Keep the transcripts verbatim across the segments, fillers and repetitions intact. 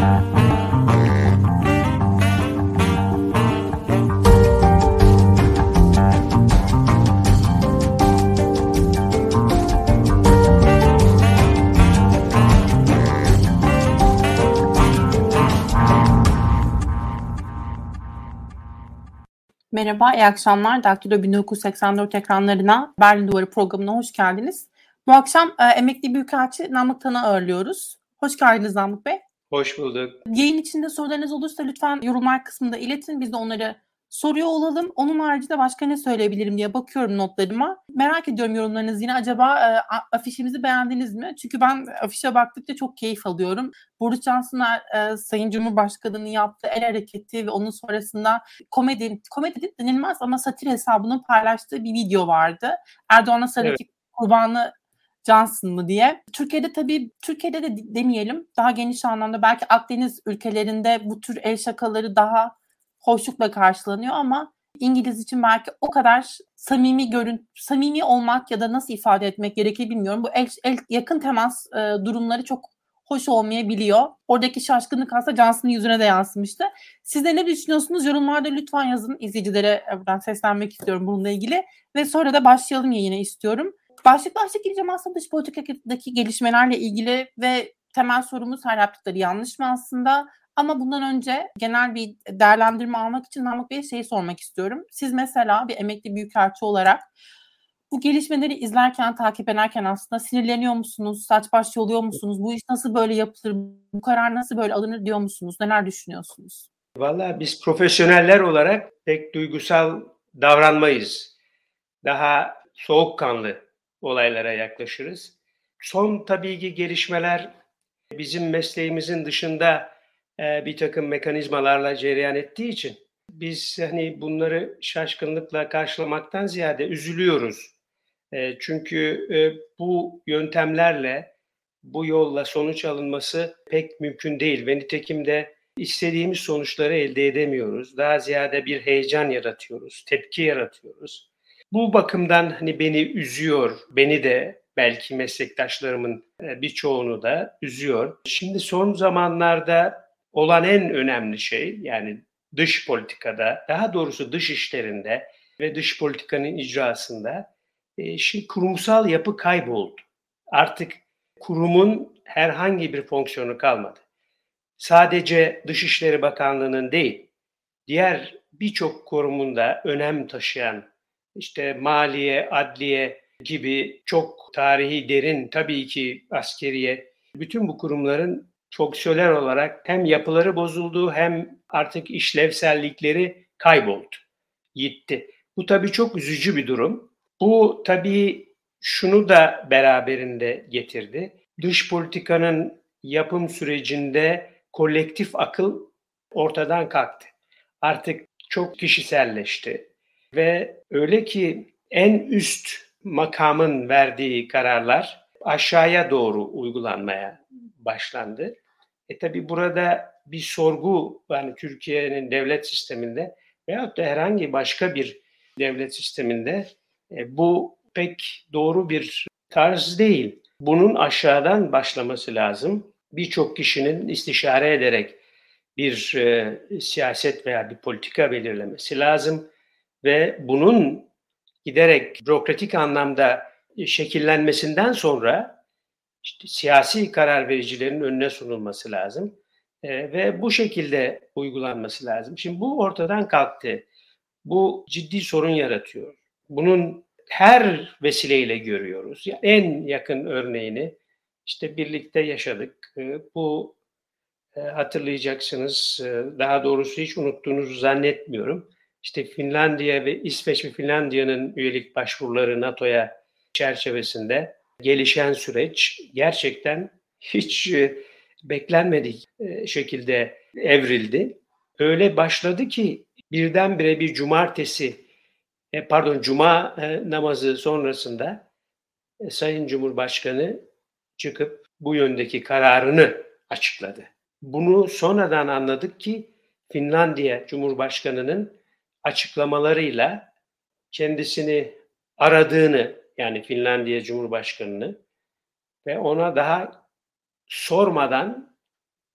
Merhaba, iyi akşamlar. Daktilo bin dokuz yüz seksen dört ekranlarına Berlin Duvarı programına hoş geldiniz. Bu akşam e, emekli büyükelçi Namık Tan'ı ağırlıyoruz. Hoş geldiniz Namık Bey. Hoş bulduk. Yayın içinde sorularınız olursa lütfen yorumlar kısmında iletin. Biz de onları soruyor olalım. Onun haricinde başka ne söyleyebilirim diye bakıyorum notlarıma. Merak ediyorum yorumlarınızı yine. Acaba e, afişimizi beğendiniz mi? Çünkü ben afişe baktıkça çok keyif alıyorum. Boris Johnson'la e, Sayın Cumhurbaşkanı'nın yaptığı el hareketi ve onun sonrasında komedi, komedi denilmez ama satir hesabının paylaştığı bir video vardı. Erdoğan'a sarıcı evet. kurbanı Johnson mı diye. Türkiye'de tabii, Türkiye'de de demeyelim, daha geniş anlamda belki Akdeniz ülkelerinde bu tür el şakaları daha hoşlukla karşılanıyor ama İngiliz için belki o kadar samimi görün, samimi olmak ya da nasıl ifade etmek gerekir bilmiyorum. Bu el, el yakın temas e, durumları çok hoş olmayabiliyor. Oradaki şaşkınlık aslında Johnson'ın yüzüne de yansımıştı. Siz de ne düşünüyorsunuz? Yorumlarda lütfen yazın. İzleyicilere ben seslenmek istiyorum bununla ilgili. Ve sonra da başlayalım yayına istiyorum. Başlık başlık gireceğim aslında dış politikadaki gelişmelerle ilgili ve temel sorumuz her yaptıkları yanlış mı aslında? Ama bundan önce genel bir değerlendirme almak için Namık Bey'e şeyi sormak istiyorum. Siz mesela bir emekli büyükelçi olarak bu gelişmeleri izlerken, takip ederken aslında sinirleniyor musunuz? Saç baş yoluyor musunuz? Bu iş nasıl böyle yapılır? Bu karar nasıl böyle alınır diyor musunuz? Neler düşünüyorsunuz? Vallahi biz profesyoneller olarak pek duygusal davranmayız. Daha soğukkanlı olaylara yaklaşırız. Son tabii ki gelişmeler bizim mesleğimizin dışında e, bir takım mekanizmalarla cereyan ettiği için biz hani bunları şaşkınlıkla karşılamaktan ziyade üzülüyoruz. E, çünkü e, bu yöntemlerle, bu yolla sonuç alınması pek mümkün değil ve nitekim de istediğimiz sonuçları elde edemiyoruz. Daha ziyade bir heyecan yaratıyoruz, tepki yaratıyoruz. Bu bakımdan hani beni üzüyor, beni de belki meslektaşlarımın birçoğunu da üzüyor. Şimdi son zamanlarda olan en önemli şey, yani dış politikada, daha doğrusu dış işlerinde ve dış politikanın icrasında şimdi kurumsal yapı kayboldu. Artık kurumun herhangi bir fonksiyonu kalmadı. Sadece Dışişleri Bakanlığı'nın değil, diğer birçok kurumunda önem taşıyan, işte maliye, adliye gibi çok tarihi derin, tabii ki askeriye, bütün bu kurumların fonksiyonel olarak hem yapıları bozuldu hem artık işlevsellikleri kayboldu, gitti. Bu tabii çok üzücü bir durum. Bu tabii şunu da beraberinde getirdi. Dış politikanın yapım sürecinde kolektif akıl ortadan kalktı. Artık çok kişiselleşti ve öyle ki en üst makamın verdiği kararlar aşağıya doğru uygulanmaya başlandı. E tabi burada bir sorgu, yani Türkiye'nin devlet sisteminde veyahut da herhangi başka bir devlet sisteminde e, bu pek doğru bir tarz değil. Bunun aşağıdan başlaması lazım. Birçok kişinin istişare ederek bir e, siyaset veya bir politika belirlemesi lazım ve bunun giderek bürokratik anlamda şekillenmesinden sonra işte siyasi karar vericilerin önüne sunulması lazım e, ve bu şekilde uygulanması lazım. Şimdi bu ortadan kalktı. Bu ciddi sorun yaratıyor. Bunun her vesileyle görüyoruz. Yani en yakın örneğini işte birlikte yaşadık. E, bu e, hatırlayacaksınız, e, daha doğrusu hiç unuttuğunuzu zannetmiyorum. İşte Finlandiya ve İsveç ve Finlandiya'nın üyelik başvuruları NATO'ya çerçevesinde gelişen süreç gerçekten hiç e, beklenmedik e, şekilde evrildi. Öyle başladı ki birdenbire bir cumartesi, e, pardon cuma e, namazı sonrasında e, Sayın Cumhurbaşkanı çıkıp bu yöndeki kararını açıkladı. Bunu sonradan anladık ki Finlandiya Cumhurbaşkanı'nın açıklamalarıyla kendisini aradığını, yani Finlandiya Cumhurbaşkanı'nı ve ona daha sormadan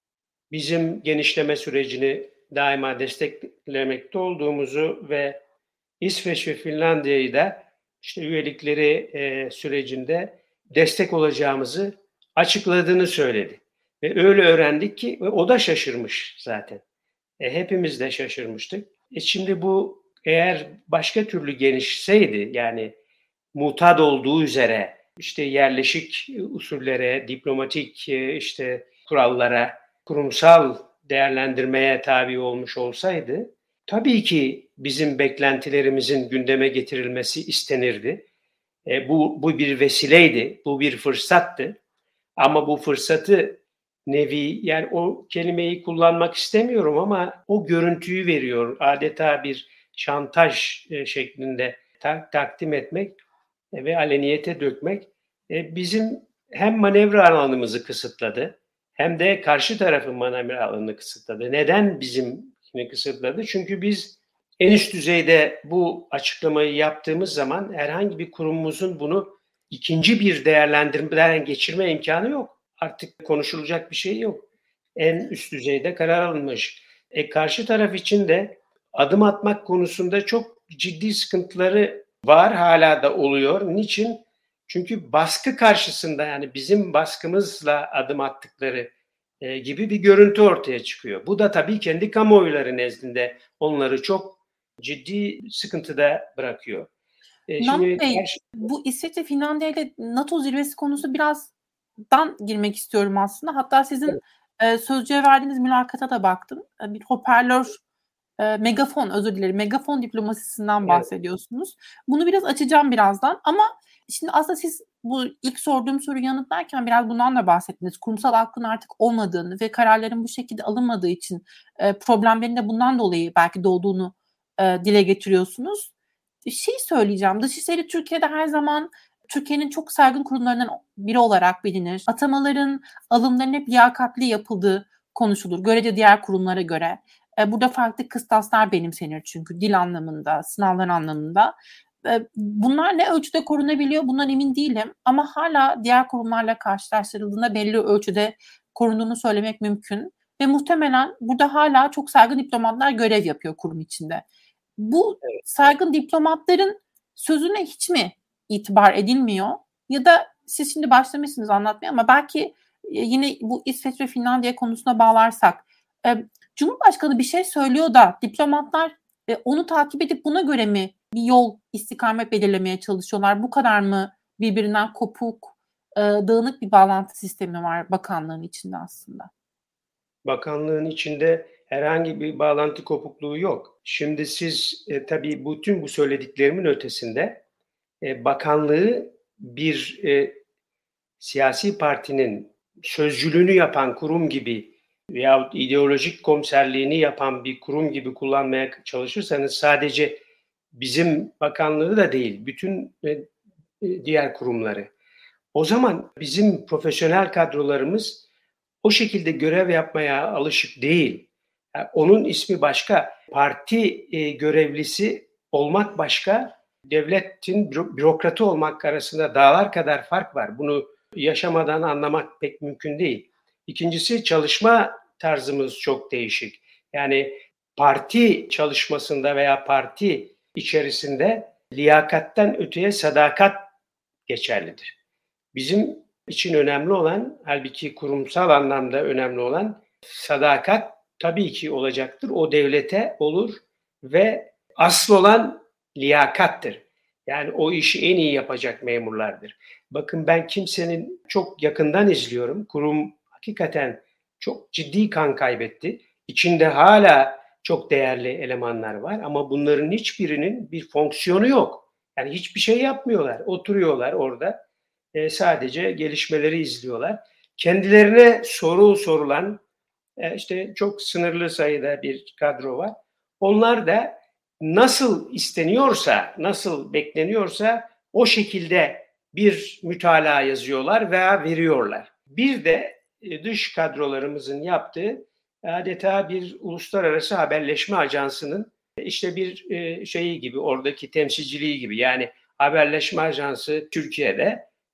bizim genişleme sürecini daima desteklemekte olduğumuzu ve İsveç ve Finlandiya'yı da işte üyelikleri e, sürecinde destek olacağımızı açıkladığını söyledi. Ve öyle öğrendik ki ve o da şaşırmış zaten. E, hepimiz de şaşırmıştık. E şimdi bu eğer başka türlü genişseydi, yani mutat olduğu üzere işte yerleşik usullere, diplomatik e, işte kurallara, kurumsal değerlendirmeye tabi olmuş olsaydı, tabii ki bizim beklentilerimizin gündeme getirilmesi istenirdi. E, bu, bu bir vesileydi, bu bir fırsattı. Ama bu fırsatı nevi, yani o kelimeyi kullanmak istemiyorum ama o görüntüyü veriyor. Adeta bir şantaj e, şeklinde ta- takdim etmek e, ve aleniyete dökmek e, bizim hem manevra alanımızı kısıtladı hem de karşı tarafın manevra alanını kısıtladı. Neden bizimkini kısıtladı? Çünkü biz en üst düzeyde bu açıklamayı yaptığımız zaman herhangi bir kurumumuzun bunu ikinci bir değerlendirmeden geçirme imkanı yok. Artık konuşulacak bir şey yok. En üst düzeyde karar alınmış. E, karşı taraf için de adım atmak konusunda çok ciddi sıkıntıları var, hala da oluyor. Niçin? Çünkü baskı karşısında, yani bizim baskımızla adım attıkları e, gibi bir görüntü ortaya çıkıyor. Bu da tabii kendi kamuoyları nezdinde onları çok ciddi sıkıntıda bırakıyor. E, Namık şimdi Bey, karşı, bu İsveç ve Finlandiya ile NATO zirvesi konusu birazdan girmek istiyorum aslında. Hatta sizin e, sözcüye verdiğiniz mülakata da baktım. E, bir hoparlör, e, megafon, özür dilerim, megafon diplomasisinden evet, bahsediyorsunuz. Bunu biraz açacağım birazdan ama şimdi aslında siz bu ilk sorduğum soruyu yanıtlarken biraz bundan da bahsettiniz. Kurumsal hakkın artık olmadığını ve kararların bu şekilde alınmadığı için e, problemlerin de bundan dolayı belki doğduğunu e, dile getiriyorsunuz. Şey söyleyeceğim. Dışişleri Türkiye'de her zaman Türkiye'nin çok saygın kurumlarından biri olarak bilinir. Atamaların, alımların hep liyakatli yapıldığı konuşulur. Görece diğer kurumlara göre. E, burada farklı kıstaslar benimsenir çünkü dil anlamında, sınavlar anlamında. E, bunlar ne ölçüde korunabiliyor bundan emin değilim. Ama hala diğer kurumlarla karşılaştırıldığında belli ölçüde korunduğunu söylemek mümkün. Ve muhtemelen burada hala çok saygın diplomatlar görev yapıyor kurum içinde. Bu evet. saygın diplomatların sözüne hiç mi itibar edilmiyor? Ya da siz şimdi başlamışsınız anlatmaya ama belki e, yine bu İsveç ve Finlandiya konusuna bağlarsak e, Cumhurbaşkanı bir şey söylüyor da diplomatlar e, onu takip edip buna göre mi bir yol, istikamet belirlemeye çalışıyorlar? Bu kadar mı birbirinden kopuk, e, dağınık bir bağlantı sistemi var bakanlığın içinde aslında? Bakanlığın içinde herhangi bir bağlantı kopukluğu yok. Şimdi siz e, tabii bütün bu söylediklerimin ötesinde e, bakanlığı bir e, siyasi partinin sözcülüğünü yapan kurum gibi veyahut ideolojik komiserliğini yapan bir kurum gibi kullanmaya çalışırsanız, sadece bizim bakanlığı da değil, bütün e, e, diğer kurumları, o zaman bizim profesyonel kadrolarımız o şekilde görev yapmaya alışık değil. Yani onun ismi başka. Parti e, görevlisi olmak başka, devletin bürokratı olmak arasında dağlar kadar fark var. Bunu yaşamadan anlamak pek mümkün değil. İkincisi, çalışma tarzımız çok değişik. Yani parti çalışmasında veya parti içerisinde liyakatten öteye sadakat geçerlidir. Bizim için önemli olan, halbuki kurumsal anlamda önemli olan sadakat tabii ki olacaktır. O devlete olur ve asıl olan liyakattır. Yani o işi en iyi yapacak memurlardır. Bakın, ben kimsenin çok yakından izliyorum. Kurum hakikaten çok ciddi kan kaybetti. İçinde hala çok değerli elemanlar var ama bunların hiçbirinin bir fonksiyonu yok. Yani hiçbir şey yapmıyorlar. Oturuyorlar orada. E, sadece gelişmeleri izliyorlar. Kendilerine soru sorulan e, işte çok sınırlı sayıda bir kadro var. Onlar da nasıl isteniyorsa, nasıl bekleniyorsa o şekilde bir mütalaa yazıyorlar veya veriyorlar. Bir de e, dış kadrolarımızın yaptığı adeta bir uluslararası haberleşme ajansının e, işte bir e, şeyi gibi, oradaki temsilciliği gibi. Yani haberleşme ajansı Türkiye'de,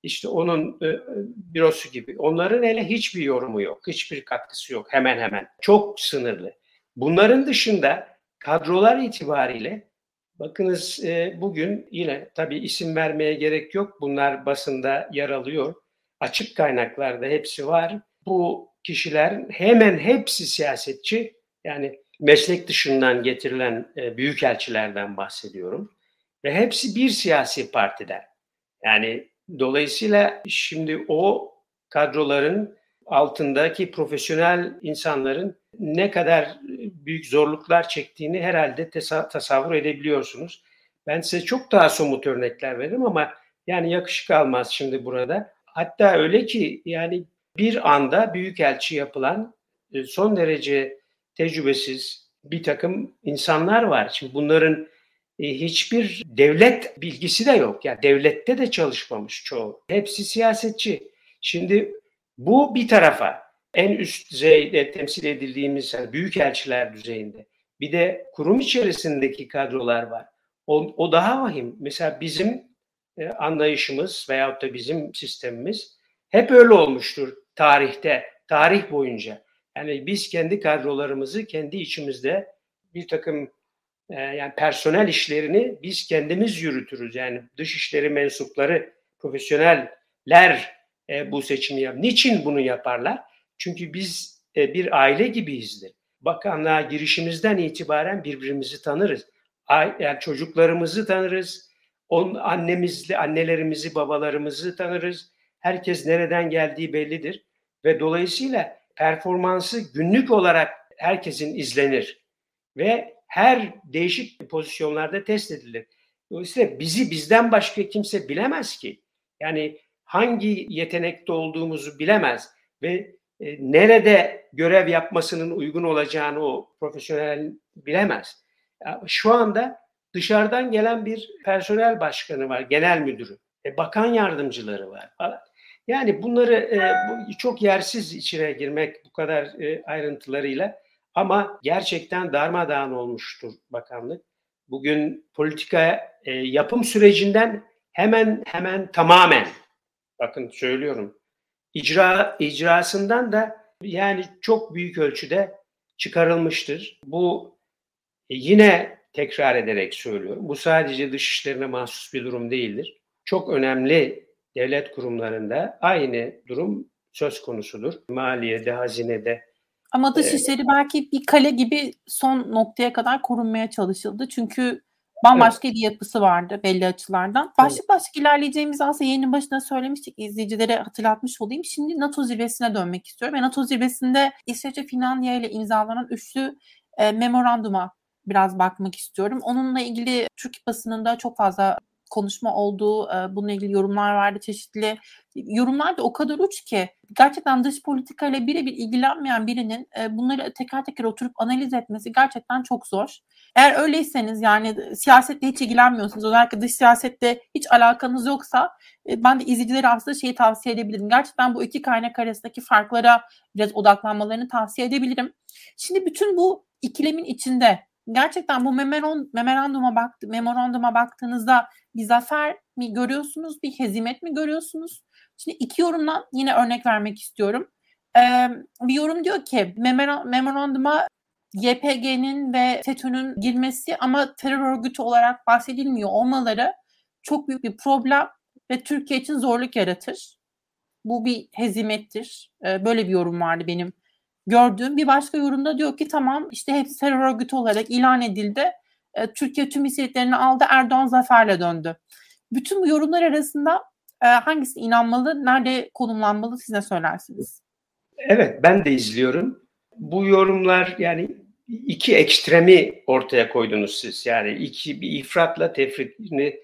işte onun e, bürosu gibi. Onların hele hiçbir yorumu yok, hiçbir katkısı yok hemen hemen. Çok sınırlı. Bunların dışında kadrolar itibariyle bakınız e, bugün yine tabii isim vermeye gerek yok. Bunlar basında yer alıyor. Açık kaynaklarda hepsi var. Bu kişiler hemen hepsi siyasetçi. Yani meslek dışından getirilen e, büyükelçilerden bahsediyorum. Ve hepsi bir siyasi partiden. Yani dolayısıyla şimdi o kadroların altındaki profesyonel insanların ne kadar büyük zorluklar çektiğini herhalde tesa- tasavvur edebiliyorsunuz. Ben size çok daha somut örnekler veririm ama yani yakışık almaz şimdi burada. Hatta öyle ki yani bir anda büyükelçi yapılan e, son derece tecrübesiz bir takım insanlar var. Şimdi bunların e, hiçbir devlet bilgisi de yok. Yani devlette de çalışmamış çoğu. Hepsi siyasetçi. Şimdi bu bir tarafa en üst düzeyde temsil edildiğimiz yani büyükelçiler düzeyinde. Bir de kurum içerisindeki kadrolar var. O, o daha vahim. Mesela bizim e, anlayışımız veyahut da bizim sistemimiz hep öyle olmuştur tarihte, tarih boyunca. Yani biz kendi kadrolarımızı kendi içimizde bir takım e, yani personel işlerini biz kendimiz yürütürüz. Yani dışişleri mensupları, profesyoneller e, bu seçimi yap. Niçin bunu yaparlar? Çünkü biz e, bir aile gibiyizdir. Bakanlığa girişimizden itibaren birbirimizi tanırız. Yani çocuklarımızı tanırız. On, annemizle, annelerimizi, babalarımızı tanırız. Herkes nereden geldiği bellidir. Ve dolayısıyla performansı günlük olarak herkesin izlenir. Ve her değişik pozisyonlarda test edilir. Dolayısıyla bizi bizden başka kimse bilemez ki. Yani hangi yetenekte olduğumuzu bilemez ve e, nerede görev yapmasının uygun olacağını o profesyonel bilemez. Şu anda dışarıdan gelen bir personel başkanı var, genel müdürü, e, bakan yardımcıları var falan. Yani bunları e, bu, çok yersiz içine girmek bu kadar e, ayrıntılarıyla ama gerçekten darmadağın olmuştur bakanlık. Bugün politika e, yapım sürecinden hemen hemen tamamen bakın söylüyorum icra icrasından da yani çok büyük ölçüde çıkarılmıştır. Bu e, yine tekrar ederek söylüyorum. Bu sadece dışişlerine mahsus bir durum değildir. Çok önemli devlet kurumlarında aynı durum söz konusudur. Maliyede, hazinede. Ama E, Dışişleri belki bir kale gibi son noktaya kadar korunmaya çalışıldı. Çünkü evet, bambaşka bir yapısı vardı belli açılardan. evet. Başlık başlık ilerleyeceğimizi aslında yayının başında söylemiştik. İzleyicilere hatırlatmış olayım. Şimdi NATO zirvesine dönmek istiyorum. Ve NATO zirvesinde İsveç ve Finlandiya ile imzalanan üçlü e, memoranduma biraz bakmak istiyorum. Onunla ilgili Türk basınında çok fazla konuşma olduğu, e, bununla ilgili yorumlar vardı çeşitli. Yorumlar da o kadar uç ki gerçekten dış politikayla birebir ilgilenmeyen birinin e, bunları teker teker oturup analiz etmesi gerçekten çok zor. Eğer öyleyseniz yani siyasetle hiç ilgilenmiyorsunuz, özellikle dış siyasette hiç alakanız yoksa e, ben de izleyicilere aslında şeyi tavsiye edebilirim. Gerçekten bu iki kaynak arasındaki farklara biraz odaklanmalarını tavsiye edebilirim. Şimdi bütün bu ikilemin içinde gerçekten bu memoranduma, baktı, memoranduma baktığınızda bir zafer mi görüyorsunuz, bir hezimet mi görüyorsunuz? Şimdi iki yorumdan yine örnek vermek istiyorum. Ee, bir yorum diyor ki memoranduma Y P G'nin ve FETÖ'nün girmesi ama terör örgütü olarak bahsedilmiyor olmaları çok büyük bir problem ve Türkiye için zorluk yaratır. Bu bir hezimettir. Ee, böyle bir yorum vardı benim gördüğüm. Bir başka yorumda diyor ki tamam işte hepsi terör örgütü olarak ilan edildi. Ee, Türkiye tüm istediklerini aldı. Erdoğan zaferle döndü. Bütün bu yorumlar arasında e, hangisine inanmalı, nerede konumlanmalı siz ne söylersiniz? Evet, ben de izliyorum. Bu yorumlar yani iki ekstremi ortaya koydunuz siz. Yani iki bir ifratla tefrit.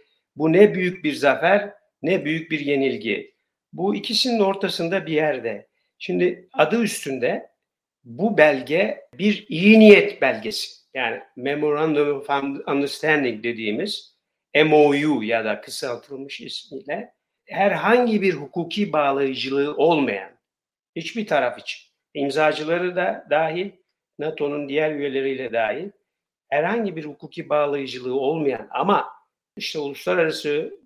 Bu ne büyük bir zafer, ne büyük bir yenilgi. Bu ikisinin ortasında bir yerde. Şimdi adı üstünde bu belge bir iyi niyet belgesi. Yani Memorandum of Understanding dediğimiz M O U ya da kısaltılmış ismiyle herhangi bir hukuki bağlayıcılığı olmayan hiçbir taraf için, imzacıları da dahil, NATO'nun diğer üyeleriyle dahil herhangi bir hukuki bağlayıcılığı olmayan ama işte uluslararası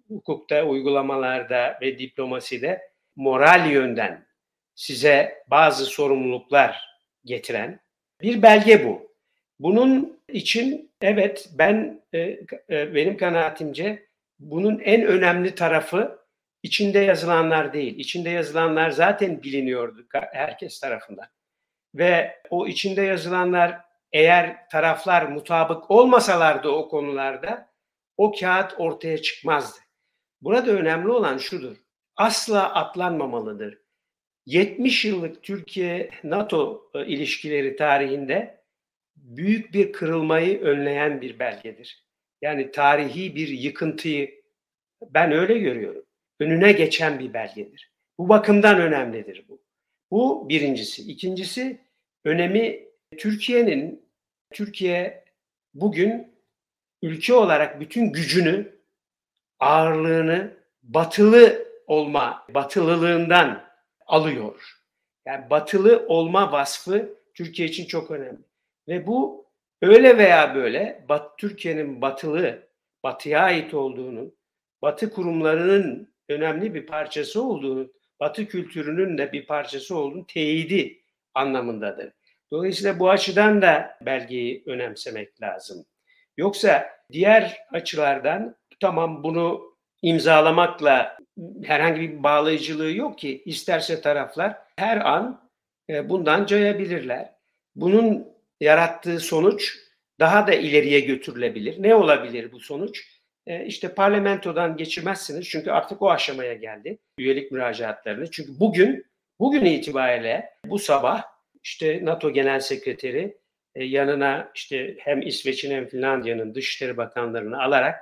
hukukta, uygulamalarda ve diplomaside moral yönden size bazı sorumluluklar getiren bir belge bu. Bunun için evet ben e, e, benim kanaatimce bunun en önemli tarafı içinde yazılanlar değil. İçinde yazılanlar zaten biliniyordu herkes tarafından. Ve o içinde yazılanlar eğer taraflar mutabık olmasalardı o konularda o kağıt ortaya çıkmazdı. Burada önemli olan şudur. Asla atlanmamalıdır. yetmiş yıllık Türkiye-NATO ilişkileri tarihinde büyük bir kırılmayı önleyen bir belgedir. Yani tarihi bir yıkıntıyı ben öyle görüyorum. Önüne geçen bir belgedir. Bu bakımdan önemlidir bu. Bu birincisi. İkincisi önemi Türkiye'nin, Türkiye bugün ülke olarak bütün gücünü, ağırlığını batılı olma, batılılığından alıyor. Yani batılı olma vasfı Türkiye için çok önemli. Ve bu öyle veya böyle Bat, Türkiye'nin batılı, batıya ait olduğunu, batı kurumlarının önemli bir parçası olduğunu, batı kültürünün de bir parçası olduğunu teyidi anlamındadır. Dolayısıyla bu açıdan da belgeyi önemsemek lazım. Yoksa diğer açılardan tamam bunu imzalamakla herhangi bir bağlayıcılığı yok ki isterse taraflar her an bundan cayabilirler. Bunun yarattığı sonuç daha da ileriye götürülebilir. Ne olabilir bu sonuç? İşte parlamentodan geçirmezsiniz çünkü artık o aşamaya geldi üyelik müracaatlarını. Çünkü bugün bugün itibariyle bu sabah işte NATO Genel Sekreteri yanına işte hem İsveç'in hem Finlandiya'nın Dışişleri Bakanlarını alarak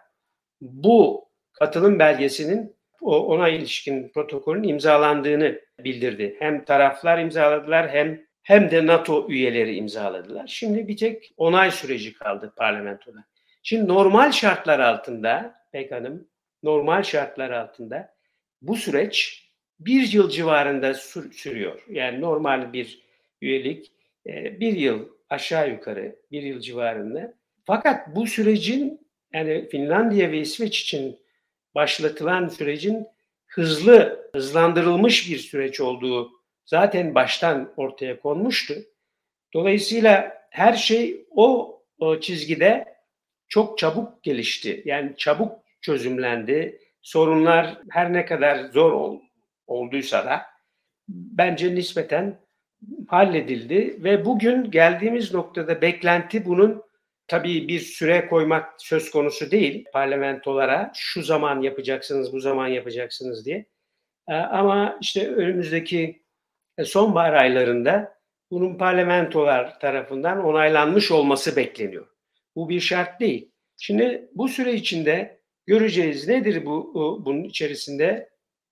bu katılım belgesinin ona ilişkin protokolün imzalandığını bildirdi. Hem taraflar imzaladılar hem hem de NATO üyeleri imzaladılar. Şimdi bir tek onay süreci kaldı parlamentoda. Şimdi normal şartlar altında Pek Hanım, normal şartlar altında bu süreç bir yıl civarında sürüyor. Yani normal bir üyelik bir yıl aşağı yukarı bir yıl civarında. Fakat bu sürecin yani Finlandiya ve İsveç için başlatılan sürecin hızlı, hızlandırılmış bir süreç olduğu zaten baştan ortaya konmuştu. Dolayısıyla her şey o, o çizgide çok çabuk gelişti. Yani çabuk çözümlendi. Sorunlar her ne kadar zor ol, olduysa da bence nispeten halledildi ve bugün geldiğimiz noktada beklenti bunun tabii bir süre koymak söz konusu değil parlamentolara şu zaman yapacaksınız bu zaman yapacaksınız diye. Ama işte önümüzdeki sonbahar aylarında bunun parlamentolar tarafından onaylanmış olması bekleniyor. Bu bir şart değil. Şimdi bu süre içinde göreceğiz nedir bu bunun içerisinde?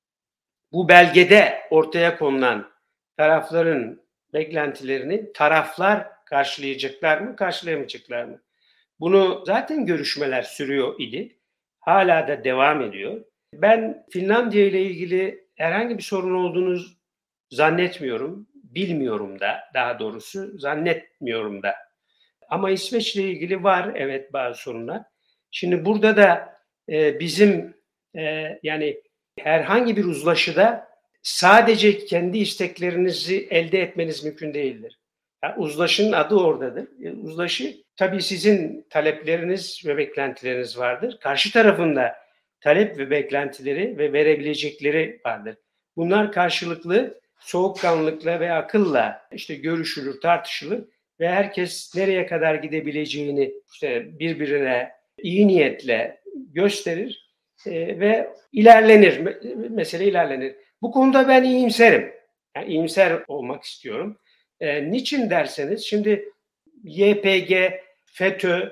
Bu belgede ortaya konulan tarafların beklentilerini taraflar karşılayacaklar mı, karşılayamayacaklar mı? Bunu zaten görüşmeler sürüyor idi. Hala da devam ediyor. Ben Finlandiya ile ilgili herhangi bir sorun olduğunu zannetmiyorum. Bilmiyorum da daha doğrusu zannetmiyorum da. Ama İsveç ile ilgili var evet bazı sorunlar. Şimdi burada da e, bizim e, yani herhangi bir uzlaşıda sadece kendi isteklerinizi elde etmeniz mümkün değildir. Yani uzlaşının adı oradadır. Uzlaşı tabii sizin talepleriniz ve beklentileriniz vardır. Karşı tarafında talep ve beklentileri ve verebilecekleri vardır. Bunlar karşılıklı soğukkanlılıkla ve akılla işte görüşülür, tartışılır ve herkes nereye kadar gidebileceğini işte birbirine iyi niyetle gösterir e, ve ilerlenir. Mesele ilerlenir. Bu konuda ben iyimserim. Yani iyimser olmak istiyorum. E, niçin derseniz şimdi Y P G, FETÖ,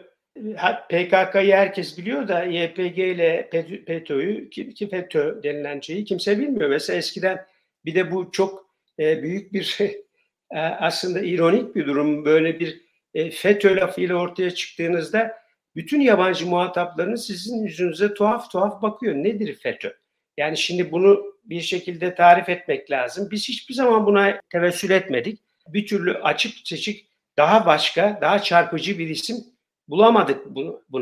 P K K'yı herkes biliyor da Y P G ile FETÖ'yü ki FETÖ denilen şeyi kimse bilmiyor. Mesela eskiden bir de bu çok e, büyük bir e, aslında ironik bir durum. Böyle bir e, FETÖ lafıyla ortaya çıktığınızda bütün yabancı muhataplarınız sizin yüzünüze tuhaf tuhaf bakıyor. Nedir FETÖ? Yani şimdi bunu bir şekilde tarif etmek lazım. Biz hiçbir zaman buna tevessül etmedik. Bir türlü açık seçik daha başka, daha çarpıcı bir isim bulamadık buna.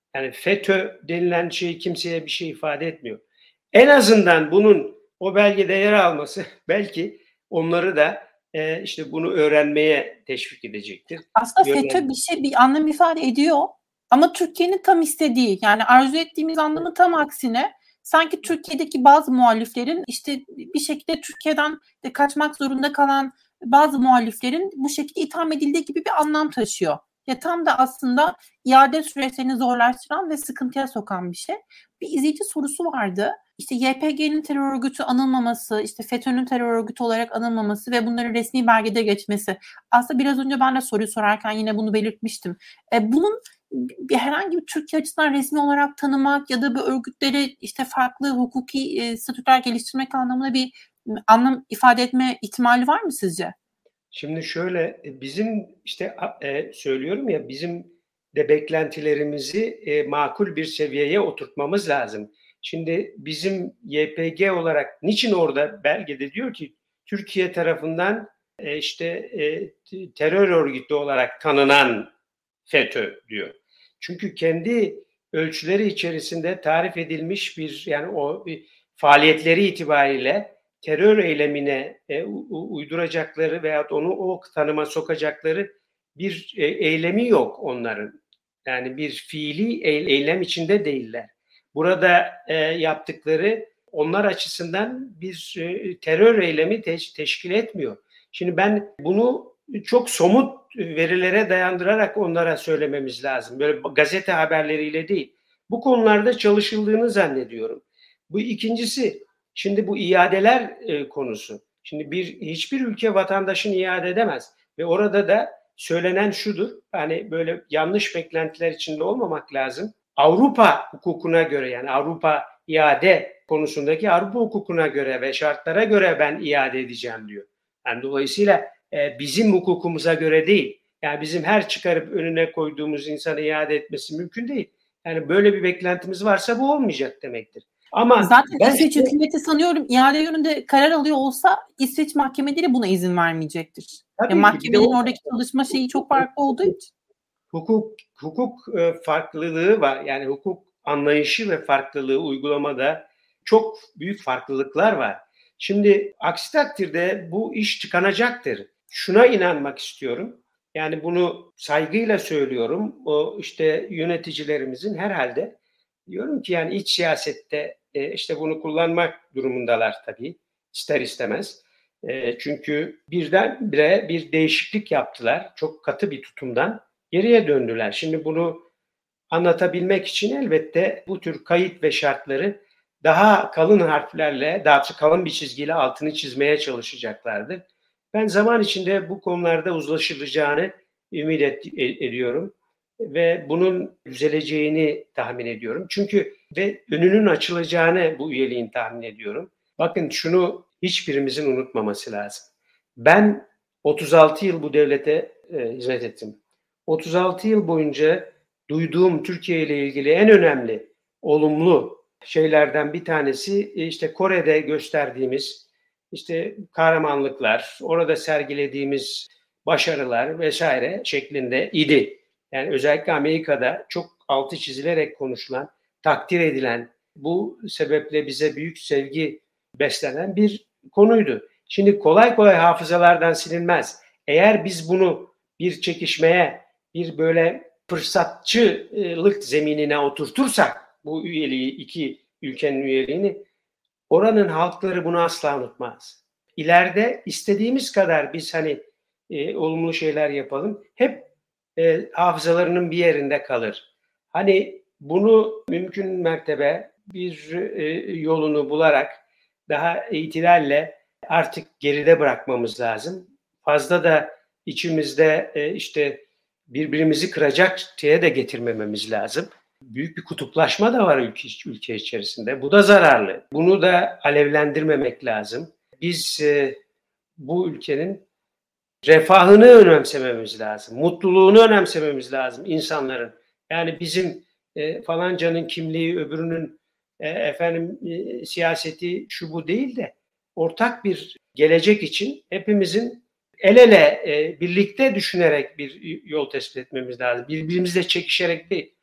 Yani FETÖ denilen şey kimseye bir şey ifade etmiyor. En azından bunun o belgede yer alması belki onları da e, işte bunu öğrenmeye teşvik edecektir. Aslında Gören... FETÖ bir şey, bir anlam ifade ediyor ama Türkiye'nin tam istediği, yani arzu ettiğimiz anlamı tam aksine sanki Türkiye'deki bazı muhaliflerin işte bir şekilde Türkiye'den de kaçmak zorunda kalan bazı muhaliflerin bu şekilde itham edildiği gibi bir anlam taşıyor. Ya tam da aslında iade süreçlerini zorlaştıran ve sıkıntıya sokan bir şey. Bir izleyici sorusu vardı. İşte Y P G'nin terör örgütü anılmaması, işte FETÖ'nün terör örgütü olarak anılmaması ve bunların resmi belgede geçmesi. Aslında biraz önce ben de soruyu sorarken yine bunu belirtmiştim. E, bunun bir herhangi bir Türkiye açısından resmi olarak tanımak ya da bu örgütleri işte farklı hukuki e, statüler geliştirmek anlamında bir anlam ifade etme ihtimali var mı sizce? Şimdi şöyle, bizim işte e, söylüyorum ya, bizim de beklentilerimizi e, makul bir seviyeye oturtmamız lazım. Şimdi bizim Y P G olarak niçin orada belgede diyor ki Türkiye tarafından e, işte e, terör örgütü olarak tanınan FETÖ diyor. Çünkü kendi ölçüleri içerisinde tarif edilmiş bir, yani o faaliyetleri itibariyle terör eylemine e, uyduracakları veyahut onu o tanıma sokacakları bir e, eylemi yok onların. Yani bir fiili eylem içinde değiller. Burada e, yaptıkları onlar açısından bir e, terör eylemi te- teşkil etmiyor. Şimdi ben bunu çok somut verilere dayandırarak onlara söylememiz lazım. Böyle gazete haberleriyle değil. Bu konularda çalışıldığını zannediyorum. Bu ikincisi, şimdi bu iadeler e, konusu. Şimdi bir hiçbir ülke vatandaşını iade edemez ve orada da söylenen şudur. Hani böyle yanlış beklentiler içinde olmamak lazım. Avrupa hukukuna göre, yani Avrupa iade konusundaki Avrupa hukukuna göre ve şartlara göre ben iade edeceğim diyor. Yani dolayısıyla e, bizim hukukumuza göre değil. Yani bizim her çıkarıp önüne koyduğumuz insanı iade etmesi mümkün değil. Yani böyle bir beklentimiz varsa bu olmayacak demektir. Ama zaten ben İsveç işte, hükümeti sanıyorum iade yönünde karar alıyor olsa İsveç mahkemeleri buna izin vermeyecektir. Ya tabii ki bir de mahkemelerin o, oradaki çalışma şeyi çok farklı olduğu için. hukuk hukuk e, farklılığı var. Yani hukuk anlayışı ve farklılığı uygulamada çok büyük farklılıklar var. Şimdi aksi takdirde bu iş tıkanacaktır. Şuna inanmak istiyorum. Yani bunu saygıyla söylüyorum. O işte yöneticilerimizin herhalde, diyorum ki yani iç siyasette e, işte bunu kullanmak durumundalar tabii, ister istemez. E, çünkü birdenbire bir değişiklik yaptılar. Çok katı bir tutumdan geriye döndüler. Şimdi bunu anlatabilmek için elbette bu tür kayıt ve şartları daha kalın harflerle, daha kalın bir çizgiyle altını çizmeye çalışacaklardır. Ben zaman içinde bu konularda uzlaşılacağını ümit et, ediyorum ve bunun düzeleceğini tahmin ediyorum. Çünkü ve önünün açılacağını bu üyeliğin tahmin ediyorum. Bakın, şunu hiçbirimizin unutmaması lazım. Ben otuz altı yıl bu devlete e, hizmet ettim. otuz altı yıl boyunca duyduğum Türkiye ile ilgili en önemli olumlu şeylerden bir tanesi işte Kore'de gösterdiğimiz işte kahramanlıklar, orada sergilediğimiz başarılar vesaire şeklinde idi. Yani özellikle Amerika'da çok altı çizilerek konuşulan, takdir edilen, bu sebeple bize büyük sevgi beslenen bir konuydu. Şimdi kolay kolay hafızalardan silinmez. Eğer biz bunu bir çekişmeye, bir böyle fırsatçılık zeminine oturtursak bu üyeliği, iki ülkenin üyeliğini, oranın halkları bunu asla unutmaz. İleride istediğimiz kadar biz hani e, olumlu şeyler yapalım, hep e, hafızalarının bir yerinde kalır. Hani bunu mümkün mertebe bir e, yolunu bularak daha itidalle artık geride bırakmamız lazım. Fazla da içimizde e, işte birbirimizi kıracak şeye de getirmememiz lazım. Büyük bir kutuplaşma da var ülke, ülke içerisinde. Bu da zararlı. Bunu da alevlendirmemek lazım. Biz e, bu ülkenin refahını önemsememiz lazım. Mutluluğunu önemsememiz lazım insanların. Yani bizim e, falancanın kimliği, öbürünün e, efendim e, siyaseti şu bu değil de ortak bir gelecek için hepimizin el ele e, birlikte düşünerek bir yol tespit etmemiz lazım. Birbirimizle çekişerek değil.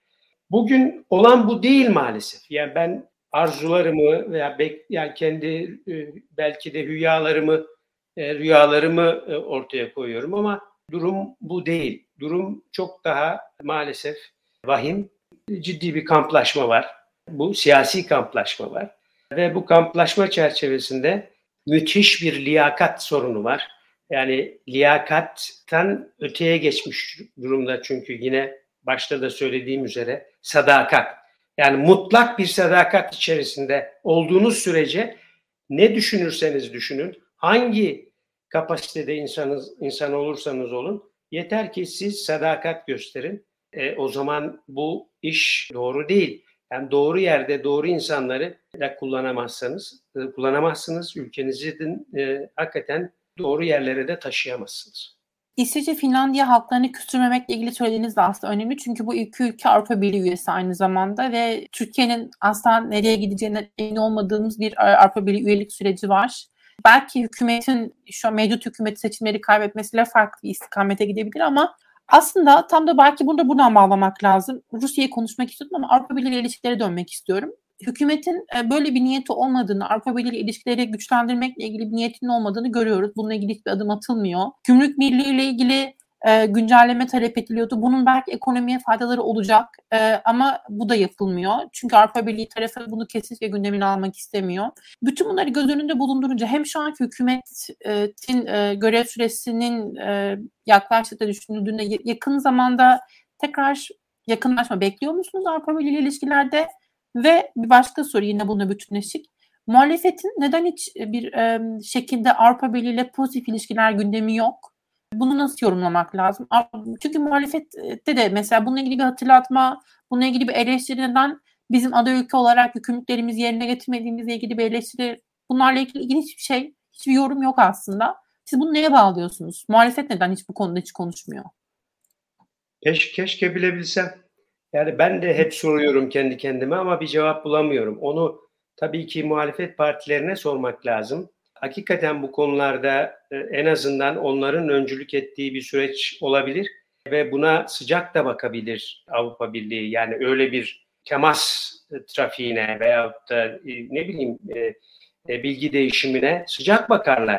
Bugün olan bu değil maalesef. Yani ben arzularımı veya bek, yani kendi e, belki de hülyalarımı, e, rüyalarımı e, ortaya koyuyorum ama durum bu değil. Durum çok daha maalesef vahim. Ciddi bir kamplaşma var. Bu siyasi kamplaşma var. Ve bu kamplaşma çerçevesinde müthiş bir liyakat sorunu var. Yani liyakattan öteye geçmiş durumda çünkü yine başta da söylediğim üzere sadakat. Yani mutlak bir sadakat içerisinde olduğunuz sürece ne düşünürseniz düşünün, hangi kapasitede insanız, insan olursanız olun, yeter ki siz sadakat gösterin. E, o zaman bu iş doğru değil. Yani doğru yerde doğru insanları da kullanamazsanız, e, kullanamazsınız. Ülkenizi de, e, hakikaten doğru yerlere de taşıyamazsınız. İsviçre, Finlandiya halklarını küstürmemekle ilgili söylediğiniz de aslında önemli. Çünkü bu iki ülke Avrupa Birliği üyesi aynı zamanda ve Türkiye'nin asla nereye gideceğine emin olmadığımız bir Avrupa Birliği üyelik süreci var. Belki hükümetin, şu an mevcut hükümeti seçimleri kaybetmesiyle farklı bir istikamete gidebilir ama aslında tam da belki burada buradan bağlamak lazım. Rusya'yı konuşmak istiyordum ama Avrupa Birliği ilişkilere dönmek istiyorum. Hükümetin böyle bir niyeti olmadığını, Avrupa Birliği ilişkileri güçlendirmekle ilgili bir niyetinin olmadığını görüyoruz. Bununla ilgili hiçbir adım atılmıyor. Gümrük Birliği ile ilgili e, güncelleme talep ediliyordu. Bunun belki ekonomiye faydaları olacak e, ama bu da yapılmıyor. Çünkü Avrupa Birliği tarafı bunu kesinlikle gündemine almak istemiyor. Bütün bunları göz önünde bulundurunca hem şu anki hükümetin e, görev süresinin e, yaklaştığı düşünüldüğünde yakın zamanda tekrar yakınlaşma bekliyor musunuz Avrupa Birliği ilişkilerde? Ve bir başka soru yine bununla bütünleşik. Muhalefetin neden hiç bir e, şekilde Avrupa Birliği ile pozitif ilişkiler gündemi yok? Bunu nasıl yorumlamak lazım? Çünkü muhalefette de mesela bununla ilgili bir hatırlatma, bununla ilgili bir eleştiri neden bizim aday ülke olarak yükümlülüklerimizi yerine getirmediğimizle ilgili bir eleştiri, bunlarla ilgili, ilgili hiçbir şey, hiçbir yorum yok aslında. Siz bunu neye bağlıyorsunuz? Muhalefet neden hiç bu konuda hiç konuşmuyor? Keş, keşke bilebilsem. Yani ben de hep soruyorum kendi kendime ama bir cevap bulamıyorum. Onu tabii ki muhalefet partilerine sormak lazım. Hakikaten bu konularda en azından onların öncülük ettiği bir süreç olabilir ve buna sıcak da bakabilir Avrupa Birliği. Yani öyle bir temas trafiğine veyahut da ne bileyim bilgi değişimine sıcak bakarlar.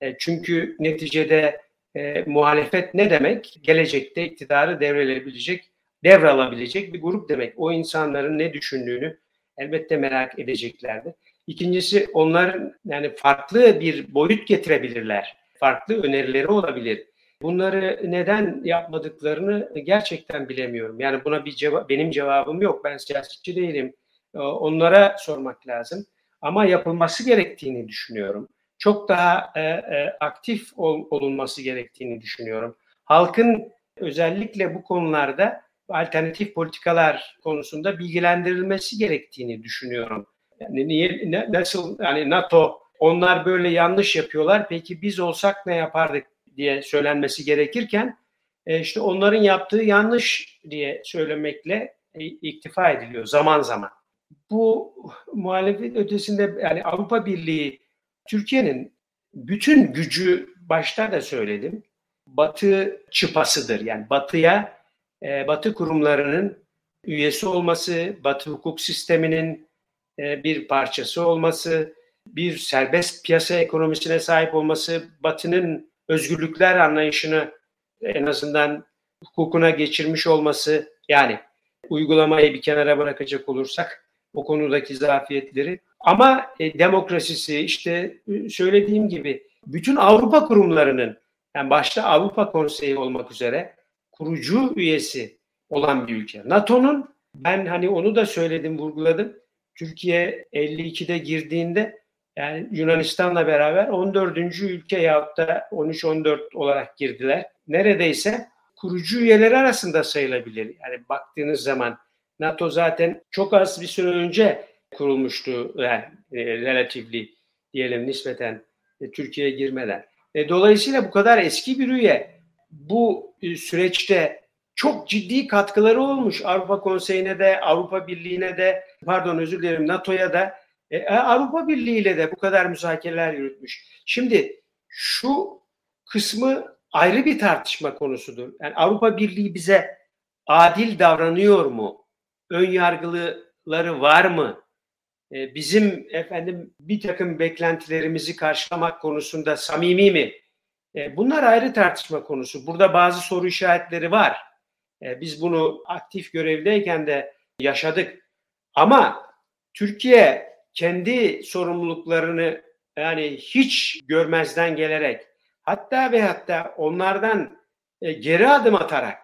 Çünkü neticede e, muhalefet ne demek? Gelecekte iktidarı devrelebilecek, devralabilecek bir grup demek. O insanların ne düşündüğünü elbette merak edeceklerdir. İkincisi onların yani farklı bir boyut getirebilirler. Farklı önerileri olabilir. Bunları neden yapmadıklarını gerçekten bilemiyorum. Yani buna bir cevap, benim cevabım yok. Ben siyasetçi değilim. Onlara sormak lazım. Ama yapılması gerektiğini düşünüyorum. Çok daha e, e, aktif ol, olunması gerektiğini düşünüyorum. Halkın özellikle bu konularda alternatif politikalar konusunda bilgilendirilmesi gerektiğini düşünüyorum. Yani niye ne, nasıl yani NATO onlar böyle yanlış yapıyorlar. Peki biz olsak ne yapardık diye söylenmesi gerekirken e, işte onların yaptığı yanlış diye söylemekle e, iktifa ediliyor zaman zaman. Bu muhalefet ötesinde yani Avrupa Birliği Türkiye'nin bütün gücü başta da söyledim. Batı çıpasıdır. Yani Batı'ya, e, Batı kurumlarının üyesi olması, Batı hukuk sisteminin e, bir parçası olması, bir serbest piyasa ekonomisine sahip olması, Batı'nın özgürlükler anlayışını en azından hukukuna geçirmiş olması, yani uygulamayı bir kenara bırakacak olursak o konudaki zafiyetleri. Ama e, demokrasisi işte söylediğim gibi bütün Avrupa kurumlarının yani başta Avrupa Konseyi olmak üzere kurucu üyesi olan bir ülke. NATO'nun ben hani onu da söyledim, vurguladım. Türkiye elli ikide girdiğinde yani Yunanistan'la beraber on dördüncü ülke yahut da on üç on dört olarak girdiler. Neredeyse kurucu üyeler arasında sayılabilir. Yani baktığınız zaman NATO zaten çok az bir süre önce kurulmuştu yani e, relatively diyelim nispeten e, Türkiye'ye girmeden. E, dolayısıyla bu kadar eski bir üye bu e, süreçte çok ciddi katkıları olmuş Avrupa Konseyi'ne de Avrupa Birliği'ne de pardon özür dilerim NATO'ya da e, Avrupa Birliği ile de bu kadar müzakereler yürütmüş. Şimdi şu kısmı ayrı bir tartışma konusudur. Yani Avrupa Birliği bize adil davranıyor mu? ön yargıları var mı? E, bizim efendim bir takım beklentilerimizi karşılamak konusunda samimi mi? E, bunlar ayrı tartışma konusu. Burada bazı soru işaretleri var. E, biz bunu aktif görevdeyken de yaşadık. Ama Türkiye kendi sorumluluklarını yani hiç görmezden gelerek hatta ve hatta onlardan e, geri adım atarak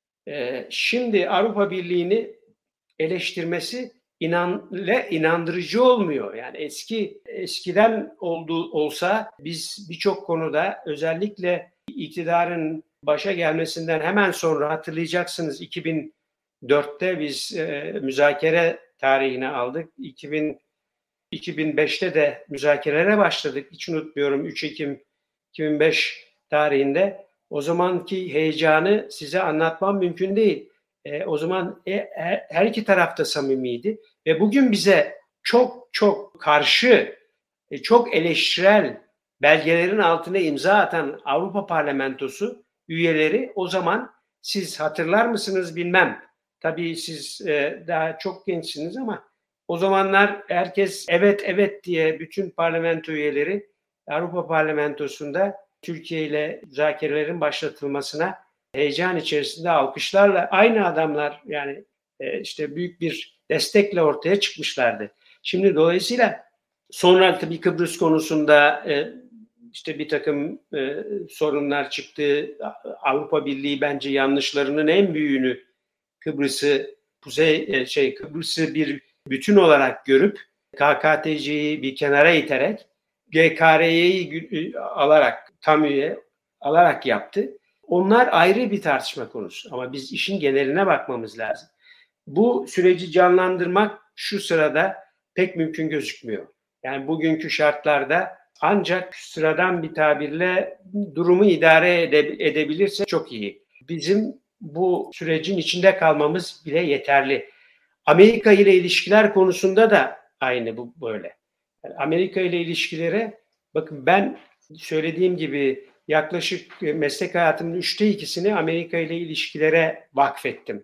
e, şimdi Avrupa Birliği'ni eleştirmesi inanle inandırıcı olmuyor. Yani eski eskiden olduğu olsa biz birçok konuda özellikle iktidarın başa gelmesinden hemen sonra hatırlayacaksınız iki bin dörtte biz e, müzakere tarihine aldık. iki bin iki bin beşte de müzakerelere başladık. Hiç unutmuyorum üç Ekim iki bin beş tarihinde. O zamanki heyecanı size anlatmam mümkün değil. E, o zaman e, her, her iki tarafta samimiydi ve bugün bize çok çok karşı, e, çok eleştirel belgelerin altına imza atan Avrupa Parlamentosu üyeleri o zaman siz hatırlar mısınız bilmem. Tabii siz e, daha çok gençsiniz ama o zamanlar herkes evet evet diye bütün parlamento üyeleri Avrupa Parlamentosu'nda Türkiye ile müzakerelerin başlatılmasına heyecan içerisinde alkışlarla aynı adamlar yani e, işte büyük bir destekle ortaya çıkmışlardı. Şimdi dolayısıyla sonra tabii Kıbrıs konusunda e, işte bir takım e, sorunlar çıktı. Avrupa Birliği bence yanlışlarının en büyüğünü Kıbrıs'ı Kuzey e, şey Kıbrıs'ı bir bütün olarak görüp K K T C'yi bir kenara iterek G K R Y'yi alarak tam üye alarak yaptı. Onlar ayrı bir tartışma konusu ama biz işin geneline bakmamız lazım. Bu süreci canlandırmak şu sırada pek mümkün gözükmüyor. Yani bugünkü şartlarda ancak sıradan bir tabirle durumu idare ede- edebilirse çok iyi. Bizim bu sürecin içinde kalmamız bile yeterli. Amerika ile ilişkiler konusunda da aynı bu böyle. Yani Amerika ile ilişkilere bakın ben söylediğim gibi yaklaşık meslek hayatımın üçte ikisini Amerika ile ilişkilere vakfettim.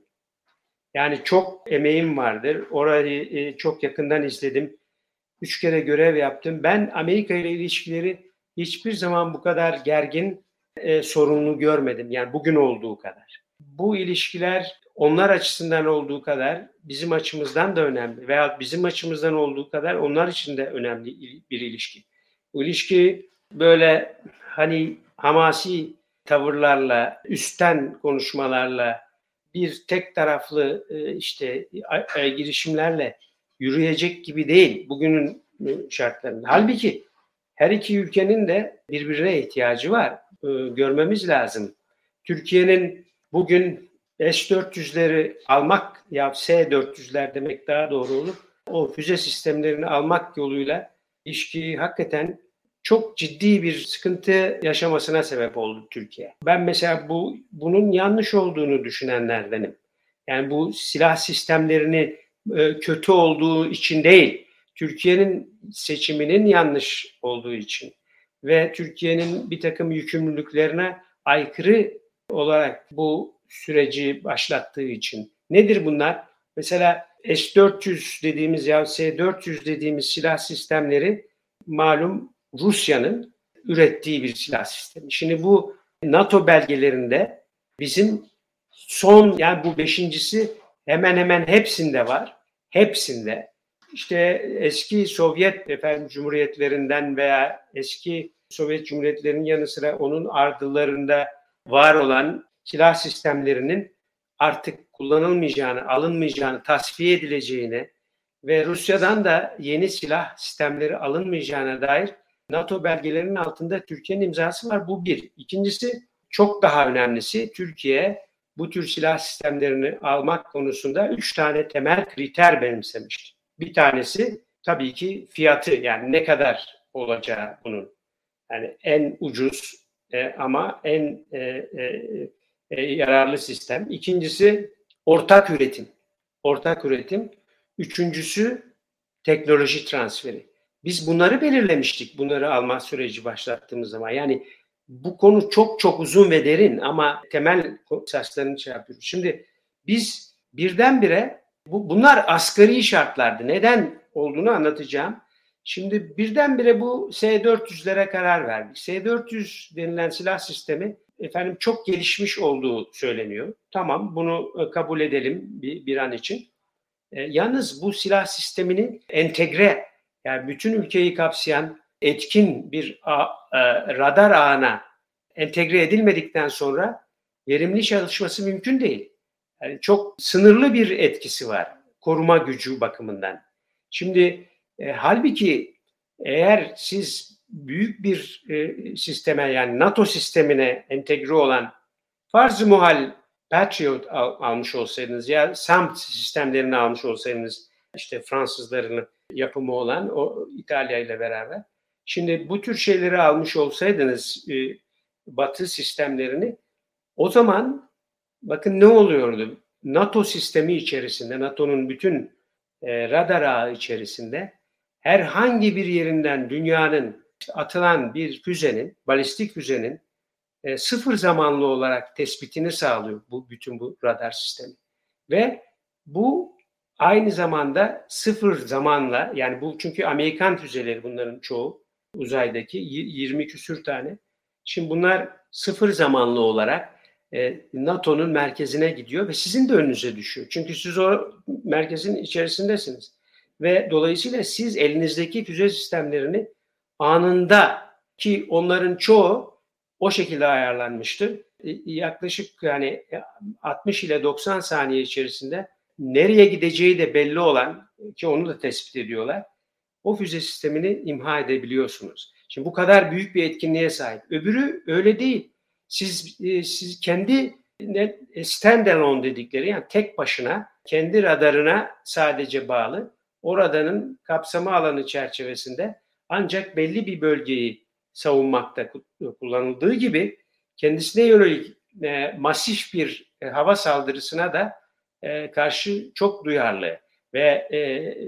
Yani çok emeğim vardır. Orayı çok yakından izledim. Üç kere görev yaptım. Ben Amerika ile ilişkileri hiçbir zaman bu kadar gergin, e, sorunlu görmedim. Yani bugün olduğu kadar. Bu ilişkiler onlar açısından olduğu kadar bizim açımızdan da önemli veya bizim açımızdan olduğu kadar onlar için de önemli bir ilişki. Bu ilişki böyle hani hamasi tavırlarla, üstten konuşmalarla, bir tek taraflı işte girişimlerle yürüyecek gibi değil bugünün şartlarında. Halbuki her iki ülkenin de birbirine ihtiyacı var. Görmemiz lazım. Türkiye'nin bugün S dört yüzleri almak ya S dört yüzler demek daha doğru olur. O füze sistemlerini almak yoluyla ilişkiyi hakikaten çok ciddi bir sıkıntı yaşamasına sebep oldu Türkiye. Ben mesela bu bunun yanlış olduğunu düşünenlerdenim. Yani bu silah sistemlerini e, kötü olduğu için değil, Türkiye'nin seçiminin yanlış olduğu için ve Türkiye'nin bir takım yükümlülüklerine aykırı olarak bu süreci başlattığı için. Nedir bunlar? Mesela S dört yüz dediğimiz ya S dört yüz dediğimiz silah sistemleri malum Rusya'nın ürettiği bir silah sistemi. Şimdi bu NATO belgelerinde bizim son yani bu beşincisi hemen hemen hepsinde var. Hepsinde. İşte eski Sovyet efendim cumhuriyetlerinden veya eski Sovyet cumhuriyetlerinin yanı sıra onun ardılarında var olan silah sistemlerinin artık kullanılmayacağını, alınmayacağını, tasfiye edileceğini ve Rusya'dan da yeni silah sistemleri alınmayacağına dair NATO belgelerinin altında Türkiye'nin imzası var. Bu bir. İkincisi çok daha önemlisi Türkiye bu tür silah sistemlerini almak konusunda üç tane temel kriter benimsemiştir. Bir tanesi tabii ki fiyatı yani ne kadar olacağı bunun. Yani en ucuz e, ama en e, e, e, yararlı sistem. İkincisi ortak üretim. Ortak üretim. Üçüncüsü teknoloji transferi. Biz bunları belirlemiştik. Bunları alma süreci başlattığımız zaman. Yani bu konu çok çok uzun ve derin ama temel esaslarını şey yapıyoruz. Şimdi biz birdenbire Bu, bunlar asgari şartlardı. Neden olduğunu anlatacağım. Şimdi birdenbire bu S dört yüzlere karar verdik. S dört yüz denilen silah sistemi efendim çok gelişmiş olduğu söyleniyor. Tamam, bunu kabul edelim bir, bir an için. E, yalnız bu silah sisteminin entegre, yani bütün ülkeyi kapsayan etkin bir a, e, radar ağına entegre edilmedikten sonra verimli çalışması mümkün değil. Yani çok sınırlı bir etkisi var koruma gücü bakımından. Şimdi e, halbuki eğer siz büyük bir e, sisteme, yani NATO sistemine entegre olan farz-ı muhal Patriot al, almış olsaydınız ya SAM sistemlerini almış olsaydınız, işte Fransızların yapımı olan o İtalya ile beraber. Şimdi bu tür şeyleri almış olsaydınız e, Batı sistemlerini, o zaman bakın ne oluyordu? NATO sistemi içerisinde, NATO'nun bütün e, radar ağı içerisinde herhangi bir yerinden dünyanın atılan bir füzenin, balistik füzenin e, sıfır zamanlı olarak tespitini sağlıyor bu bütün bu radar sistemi. Ve bu aynı zamanda sıfır zamanla, yani bu çünkü Amerikan füzeleri bunların çoğu uzaydaki yirmi küsür tane. Şimdi bunlar sıfır zamanlı olarak e, NATO'nun merkezine gidiyor ve sizin de önünüze düşüyor. Çünkü siz o merkezin içerisindesiniz. Ve dolayısıyla siz elinizdeki füze sistemlerini anında, ki onların çoğu o şekilde ayarlanmıştır, yaklaşık yani altmış ile doksan saniye içerisinde nereye gideceği de belli olan, ki onu da tespit ediyorlar, o füze sistemini imha edebiliyorsunuz. Şimdi bu kadar büyük bir etkinliğe sahip. Öbürü öyle değil. Siz siz kendi standalone dedikleri, yani tek başına kendi radarına sadece bağlı, o radarın kapsama alanı çerçevesinde ancak belli bir bölgeyi savunmakta kullanıldığı gibi kendisine yönelik e, masif bir e, hava saldırısına da e, karşı çok duyarlı ve e,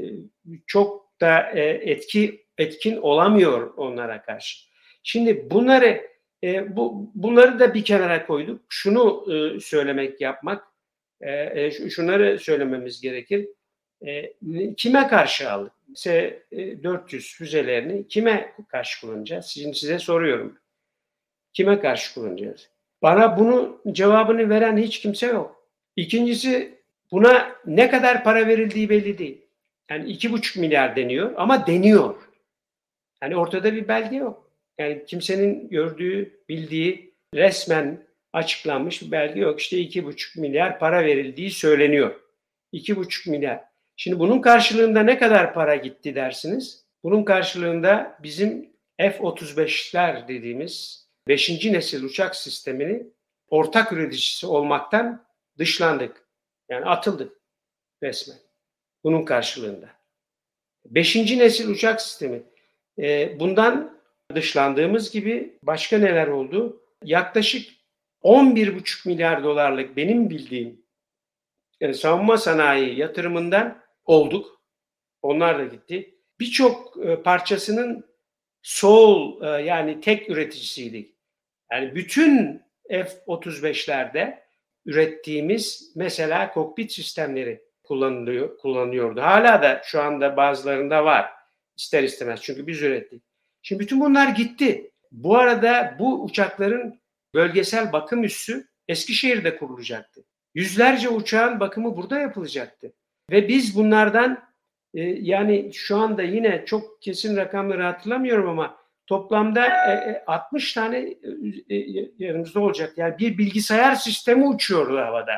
çok da e, etki etkin olamıyor onlara karşı. Şimdi bunları e, bu bunları da bir kenara koyduk. Şunu e, söylemek yapmak, e, şunları söylememiz gerekir. E, kime karşı aldık? S dört yüz füzelerini kime karşı kullanacağız? Şimdi size soruyorum. Kime karşı kullanacağız? Bana bunun cevabını veren hiç kimse yok. İkincisi, buna ne kadar para verildiği belli değil. Yani iki buçuk milyar deniyor ama deniyor. Yani ortada bir belge yok. Yani kimsenin gördüğü, bildiği, resmen açıklanmış bir belge yok. İşte iki buçuk milyar para verildiği söyleniyor. iki buçuk milyar. Şimdi bunun karşılığında ne kadar para gitti dersiniz? Bunun karşılığında bizim F otuz beşler dediğimiz beşinci nesil uçak sistemini ortak üreticisi olmaktan dışlandık. Yani atıldık resmen. Bunun karşılığında. Beşinci nesil uçak sistemi. E, bundan dışlandığımız gibi başka neler oldu? Yaklaşık on bir buçuk milyar dolarlık benim bildiğim yani savunma sanayi yatırımından olduk. Onlar da gitti. Birçok e, parçasının sole e, yani tek üreticisiydik. Yani bütün F otuz beşlerde ürettiğimiz mesela kokpit sistemleri kullanılıyor, kullanıyordu. Hala da şu anda bazılarında var. İster istemez. Çünkü biz ürettik. Şimdi bütün bunlar gitti. Bu arada bu uçakların bölgesel bakım üssü Eskişehir'de kurulacaktı. Yüzlerce uçağın bakımı burada yapılacaktı. Ve biz bunlardan e, yani şu anda yine çok kesin rakamları hatırlamıyorum ama toplamda e, altmış tane e, yanımızda olacak. Yani bir bilgisayar sistemi uçuyordu havada.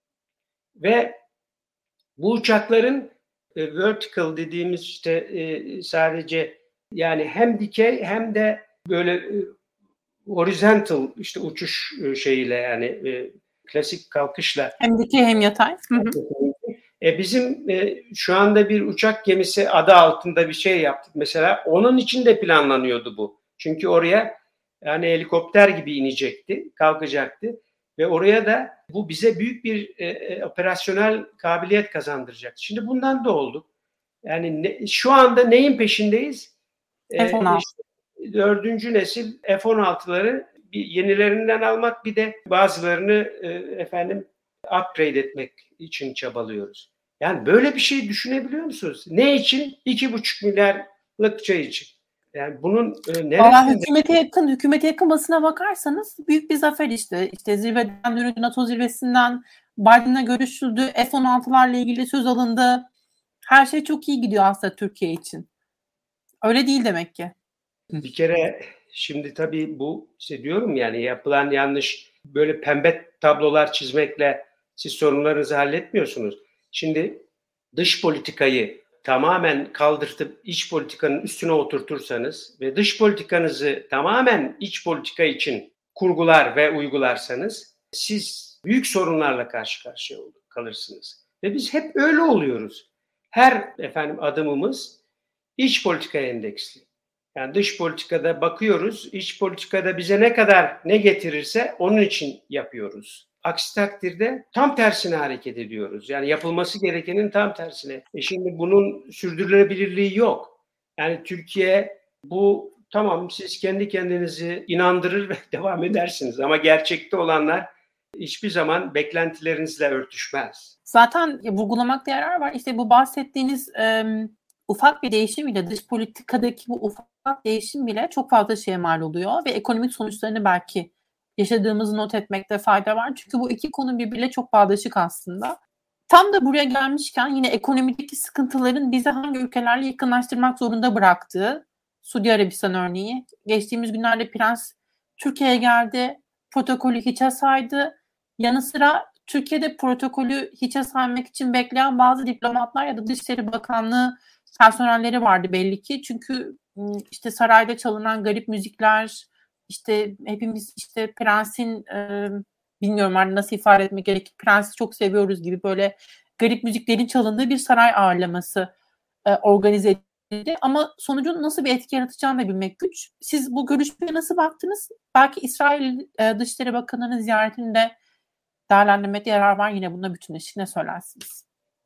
Ve bu uçakların e, vertical dediğimiz işte e, sadece yani hem dikey hem de böyle e, horizontal işte uçuş e, şeyiyle yani e, klasik kalkışla. Hem dikey hem yatay. Hı hı. E, bizim e, şu anda bir uçak gemisi adı altında bir şey yaptık mesela. Onun için de planlanıyordu bu. Çünkü oraya yani helikopter gibi inecekti, kalkacaktı. Ve oraya da bu bize büyük bir e, e, operasyonel kabiliyet kazandıracaktı. Şimdi bundan da olduk. Yani ne, şu anda neyin peşindeyiz? E, F on altı. işte, dördüncü nesil F on altıları bir yenilerinden almak, bir de bazılarını e, efendim upgrade etmek için çabalıyoruz. Yani böyle bir şey düşünebiliyor musunuz? Ne için? iki buçuk milyarlık çay için. Yani bunun e, Valla neresinde? hükümete yakın, hükümete yakın basına bakarsanız büyük bir zafer işte. İşte zirveden dönüldü, NATO zirvesinden Biden'la görüşüldü, F on altılarla ilgili söz alındı. Her şey çok iyi gidiyor aslında Türkiye için. Öyle değil demek ki. Bir kere şimdi tabii bu işte diyorum yani yapılan yanlış böyle pembe tablolar çizmekle siz sorunlarınızı halletmiyorsunuz. Şimdi dış politikayı tamamen kaldırtıp iç politikanın üstüne oturtursanız ve dış politikanızı tamamen iç politika için kurgular ve uygularsanız siz büyük sorunlarla karşı karşıya kalırsınız. Ve biz hep öyle oluyoruz. Her efendim adımımız iç politikaya endeksli. Yani dış politikada bakıyoruz, iç politikada bize ne kadar ne getirirse onun için yapıyoruz. Aksi takdirde tam tersine hareket ediyoruz. Yani yapılması gerekenin tam tersine. E şimdi bunun sürdürülebilirliği yok. Yani Türkiye bu tamam siz kendi kendinizi inandırır ve devam edersiniz ama gerçekte olanlar hiçbir zaman beklentilerinizle örtüşmez. Zaten vurgulamakta yarar var. İşte bu bahsettiğiniz e, ufak bir değişim bile, dış politikadaki bu ufak değişim bile çok fazla şeye mal oluyor ve ekonomik sonuçlarını belki yaşadığımızı not etmekte fayda var. Çünkü bu iki konu birbiriyle çok bağdaşık aslında. Tam da buraya gelmişken yine ekonomideki sıkıntıların bizi hangi ülkelerle yakınlaştırmak zorunda bıraktığı, Suudi Arabistan örneği. Geçtiğimiz günlerde Prens Türkiye'ye geldi, protokolü hiçe saydı. Yanı sıra Türkiye'de protokolü hiçe saymak için bekleyen bazı diplomatlar ya da Dışişleri Bakanlığı personelleri vardı belli ki. Çünkü işte sarayda çalınan garip müzikler, işte hepimiz işte Prens'in e, bilmiyorum artık nasıl ifade etmek gerekir. Prens'i çok seviyoruz gibi böyle garip müziklerin çalındığı bir saray ağırlaması e, organize edildi. Ama sonucun nasıl bir etki yaratacağını da bilmek güç. Siz bu görüşmeye nasıl baktınız? Belki İsrail e, Dışişleri Bakanı'nın ziyaretinde değerlendirmekte yarar var. Yine bununla bütünleşik ne söylersiniz?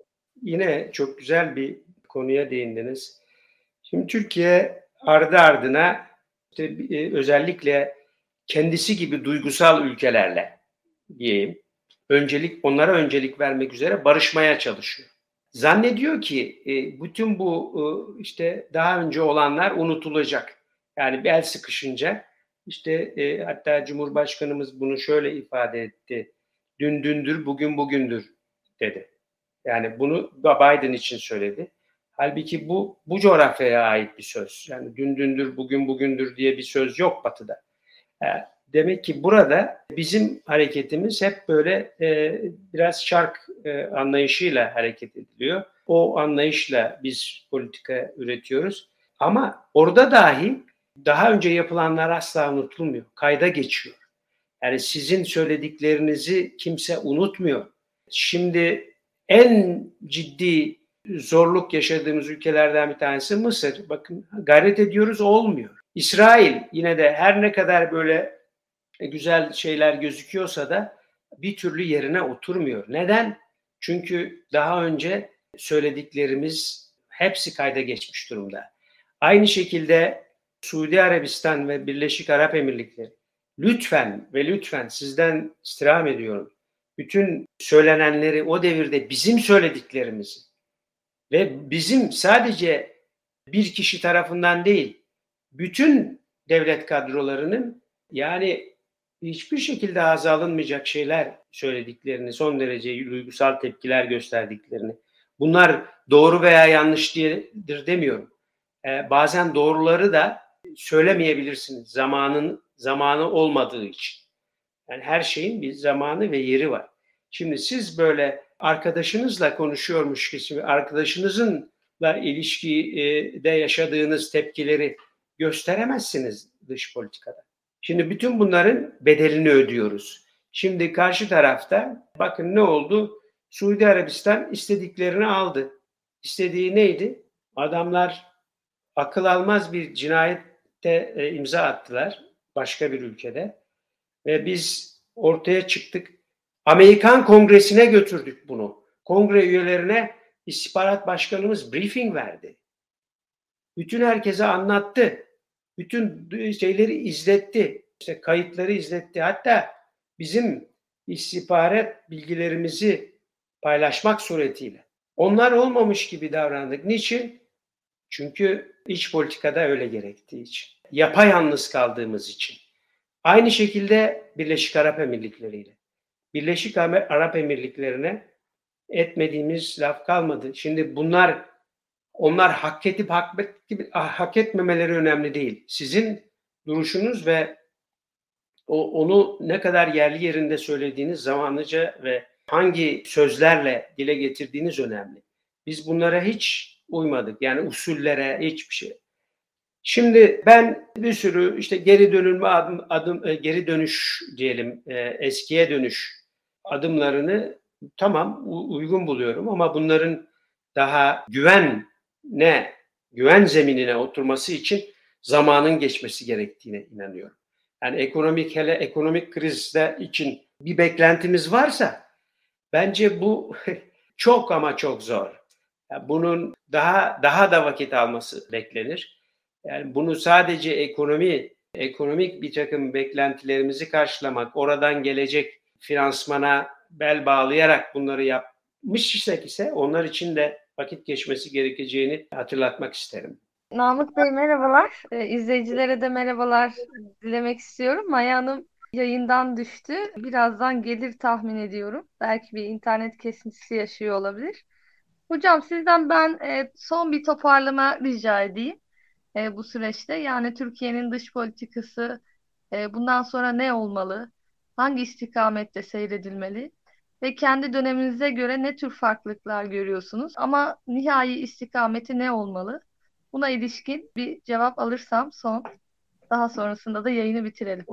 Yine çok güzel bir konuya değindiniz. Şimdi Türkiye ardı ardına işte, e, özellikle kendisi gibi duygusal ülkelerle diyeyim, öncelik onlara öncelik vermek üzere barışmaya çalışıyor. Zannediyor ki e, bütün bu e, işte daha önce olanlar unutulacak. Yani bir el sıkışınca işte e, hatta Cumhurbaşkanımız bunu şöyle ifade etti. Dün dündür, bugün bugündür dedi. Yani bunu Biden için söyledi. Halbuki bu bu coğrafyaya ait bir söz. Yani dün dündür, bugün bugündür diye bir söz yok Batı'da. Demek ki burada bizim hareketimiz hep böyle e, biraz şark e, anlayışıyla hareket ediliyor. O anlayışla biz politika üretiyoruz. Ama orada dahi daha önce yapılanlar asla unutulmuyor. Kayda geçiyor. Yani sizin söylediklerinizi kimse unutmuyor. Şimdi en ciddi zorluk yaşadığımız ülkelerden bir tanesi Mısır. Bakın gayret ediyoruz olmuyor. İsrail yine de her ne kadar böyle güzel şeyler gözüküyorsa da bir türlü yerine oturmuyor. Neden? Çünkü daha önce söylediklerimiz hepsi kayda geçmiş durumda. Aynı şekilde Suudi Arabistan ve Birleşik Arap Emirlikleri lütfen ve lütfen sizden istirham ediyorum. Bütün söylenenleri o devirde bizim söylediklerimizi ve bizim sadece bir kişi tarafından değil, bütün devlet kadrolarının yani hiçbir şekilde ağza alınmayacak şeyler söylediklerini, son derece duygusal tepkiler gösterdiklerini. Bunlar doğru veya yanlış diyedir demiyorum. Ee, bazen doğruları da söylemeyebilirsiniz zamanın zamanı olmadığı için. Yani her şeyin bir zamanı ve yeri var. Şimdi siz böyle arkadaşınızla konuşuyormuş gibi arkadaşınızınla ilişkide yaşadığınız tepkileri gösteremezsiniz dış politikada. Şimdi bütün bunların bedelini ödüyoruz. Şimdi karşı tarafta bakın ne oldu? Suudi Arabistan istediklerini aldı. İstediği neydi? Adamlar akıl almaz bir cinayette e, imza attılar başka bir ülkede. Ve biz ortaya çıktık. Amerikan Kongresi'ne götürdük bunu. Kongre üyelerine istihbarat başkanımız briefing verdi. Bütün herkese anlattı. Bütün şeyleri izletti. İşte kayıtları izletti. Hatta bizim istihbarat bilgilerimizi paylaşmak suretiyle Onlar olmamış gibi davrandık. Niçin? Çünkü iç politikada öyle gerektiği için. Yapayalnız kaldığımız için. Aynı şekilde Birleşik Arap Emirlikleri ile. Birleşik Arap Emirlikleri'ne etmediğimiz laf kalmadı. Şimdi bunlar onlar hak edip hak, et, hak etmemeleri önemli değil. Sizin duruşunuz ve o, onu ne kadar yerli yerinde söylediğiniz, zamanlıca ve hangi sözlerle dile getirdiğiniz önemli. Biz bunlara hiç uymadık. Yani usullere, hiçbir şey. Şimdi ben bir sürü işte geri dönülme adım, adım e, geri dönüş diyelim, e, eskiye dönüş adımlarını tamam uygun buluyorum ama bunların daha güvenle, güven zeminine oturması için zamanın geçmesi gerektiğine inanıyorum. Yani ekonomik hele ekonomik krizde için bir beklentimiz varsa bence bu çok ama çok zor. Yani bunun daha daha da vakit alması beklenir. Yani bunu sadece ekonomi, ekonomik bir takım beklentilerimizi karşılamak, oradan gelecek finansmana bel bağlayarak bunları yapmış isek ise onlar için de vakit geçmesi gerekeceğini hatırlatmak isterim. Namık Bey merhabalar. Ee, izleyicilere de merhabalar dilemek istiyorum. Maya Hanım yayından düştü. Birazdan gelir tahmin ediyorum. Belki bir internet kesintisi yaşıyor olabilir. Hocam sizden ben e, son bir toparlama rica edeyim e, bu süreçte. Yani Türkiye'nin dış politikası e, bundan sonra ne olmalı? Hangi istikamette seyredilmeli? Ve kendi döneminize göre ne tür farklılıklar görüyorsunuz? Ama nihai istikameti ne olmalı? Buna ilişkin bir cevap alırsam son, daha sonrasında da yayını bitirelim.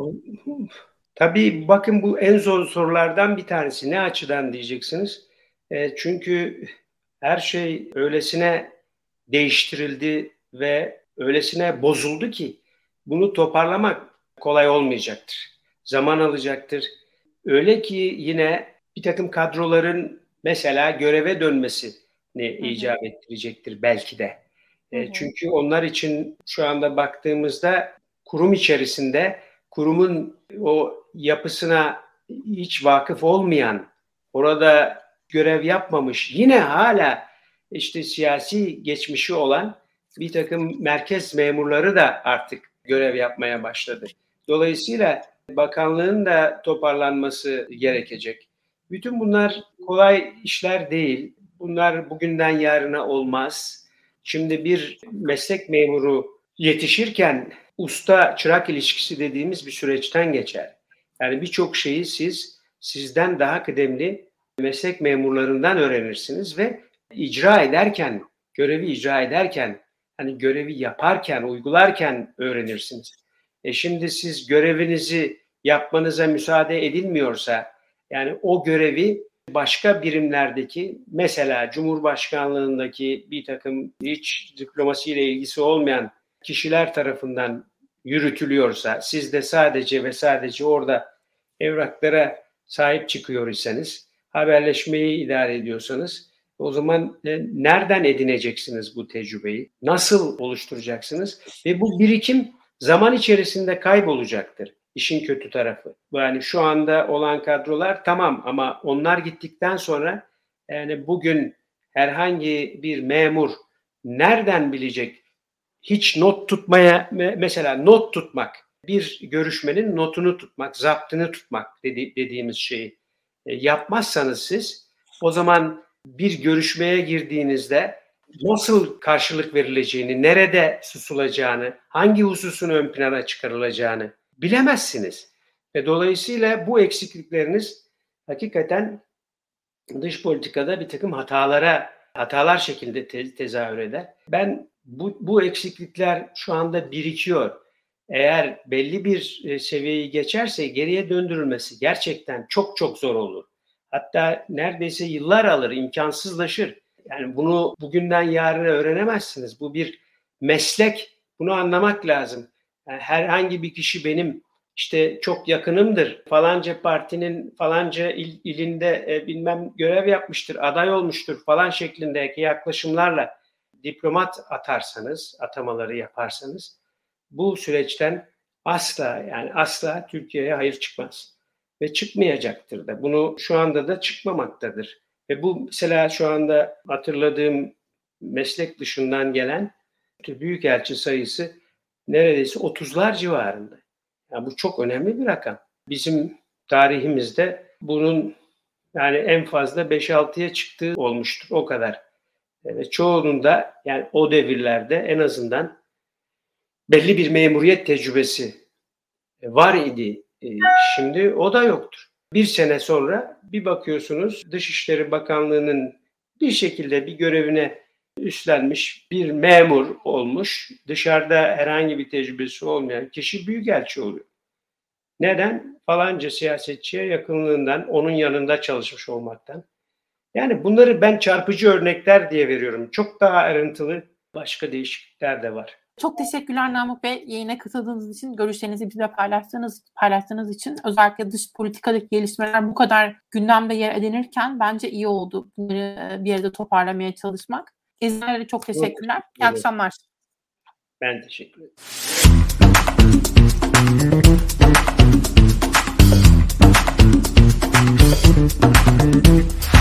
Tabii bakın bu en zor sorulardan bir tanesi. Ne açıdan diyeceksiniz? E, çünkü her şey öylesine değiştirildi ve öylesine bozuldu ki bunu toparlamak kolay olmayacaktır. Zaman alacaktır. Öyle ki yine bir takım kadroların mesela göreve dönmesini Hı hı, icap ettirecektir belki de. hı E, hı, çünkü onlar için şu anda baktığımızda kurum içerisinde kurumun o yapısına hiç vakıf olmayan, orada görev yapmamış, yine hala işte siyasi geçmişi olan bir takım merkez memurları da artık görev yapmaya başladı. Dolayısıyla bakanlığın da toparlanması gerekecek. Bütün bunlar kolay işler değil. Bunlar bugünden yarına olmaz. Şimdi bir meslek memuru yetişirken usta çırak ilişkisi dediğimiz bir süreçten geçer. Yani birçok şeyi siz sizden daha kıdemli meslek memurlarından öğrenirsiniz ve icra ederken, görevi icra ederken, hani görevi yaparken, uygularken öğrenirsiniz. E şimdi siz görevinizi yapmanıza müsaade edilmiyorsa, yani o görevi başka birimlerdeki, mesela Cumhurbaşkanlığındaki bir takım hiç diplomasiyle ilgisi olmayan kişiler tarafından yürütülüyorsa, siz de sadece ve sadece orada evraklara sahip çıkıyor iseniz, haberleşmeyi idare ediyorsanız, o zaman e, nereden edineceksiniz bu tecrübeyi? Nasıl oluşturacaksınız? Ve bu birikim zaman içerisinde kaybolacaktır. İşin kötü tarafı. Yani şu anda olan kadrolar tamam ama onlar gittikten sonra yani bugün herhangi bir memur nereden bilecek? Hiç not tutmaya, mesela not tutmak, bir görüşmenin notunu tutmak, zaptını tutmak dedi, dediğimiz şeyi e, yapmazsanız siz, o zaman bir görüşmeye girdiğinizde nasıl karşılık verileceğini, nerede susulacağını, hangi hususun ön plana çıkarılacağını bilemezsiniz. Ve dolayısıyla bu eksiklikleriniz hakikaten dış politikada bir takım hatalara, hatalar şekilde te- tezahür eder. Ben bu, bu eksiklikler şu anda birikiyor. Eğer belli bir e, seviyeyi geçerse geriye döndürülmesi gerçekten çok çok zor olur. Hatta neredeyse yıllar alır, imkansızlaşır. Yani bunu bugünden yarına öğrenemezsiniz. Bu bir meslek, bunu anlamak lazım. Yani herhangi bir kişi benim işte çok yakınımdır, falanca partinin falanca il, ilinde e, bilmem görev yapmıştır, aday olmuştur falan şeklindeki yaklaşımlarla diplomat atarsanız, atamaları yaparsanız bu süreçten asla yani asla Türkiye'ye hayır çıkmaz. Ve çıkmayacaktır da. Bunu şu anda da çıkmamaktadır. Ve bu mesela şu anda hatırladığım meslek dışından gelen büyükelçi sayısı neredeyse otuzlar civarında. Yani bu çok önemli bir rakam. Bizim tarihimizde bunun yani en fazla beş altıya çıktığı olmuştur. O kadar. Ve çoğunun da yani o devirlerde en azından belli bir memuriyet tecrübesi var idi. Şimdi o da yoktur. Bir sene sonra bir bakıyorsunuz Dışişleri Bakanlığı'nın bir şekilde bir görevine üstlenmiş bir memur olmuş. Dışarıda herhangi bir tecrübesi olmayan kişi büyükelçi oluyor. Neden? Falanca siyasetçiye yakınlığından, onun yanında çalışmış olmaktan. Yani bunları ben çarpıcı örnekler diye veriyorum. Çok daha ayrıntılı başka değişiklikler de var. Çok teşekkürler Namık Bey. Yayına katıldığınız için, görüşlerinizi bizle paylaştığınız, paylaştığınız için. Özellikle dış politikadaki gelişmeler bu kadar gündemde yer edinirken bence iyi oldu bunları bir yerde toparlamaya çalışmak. İzleyenlere çok teşekkürler. Çok İyi akşamlar. Ben teşekkür ederim.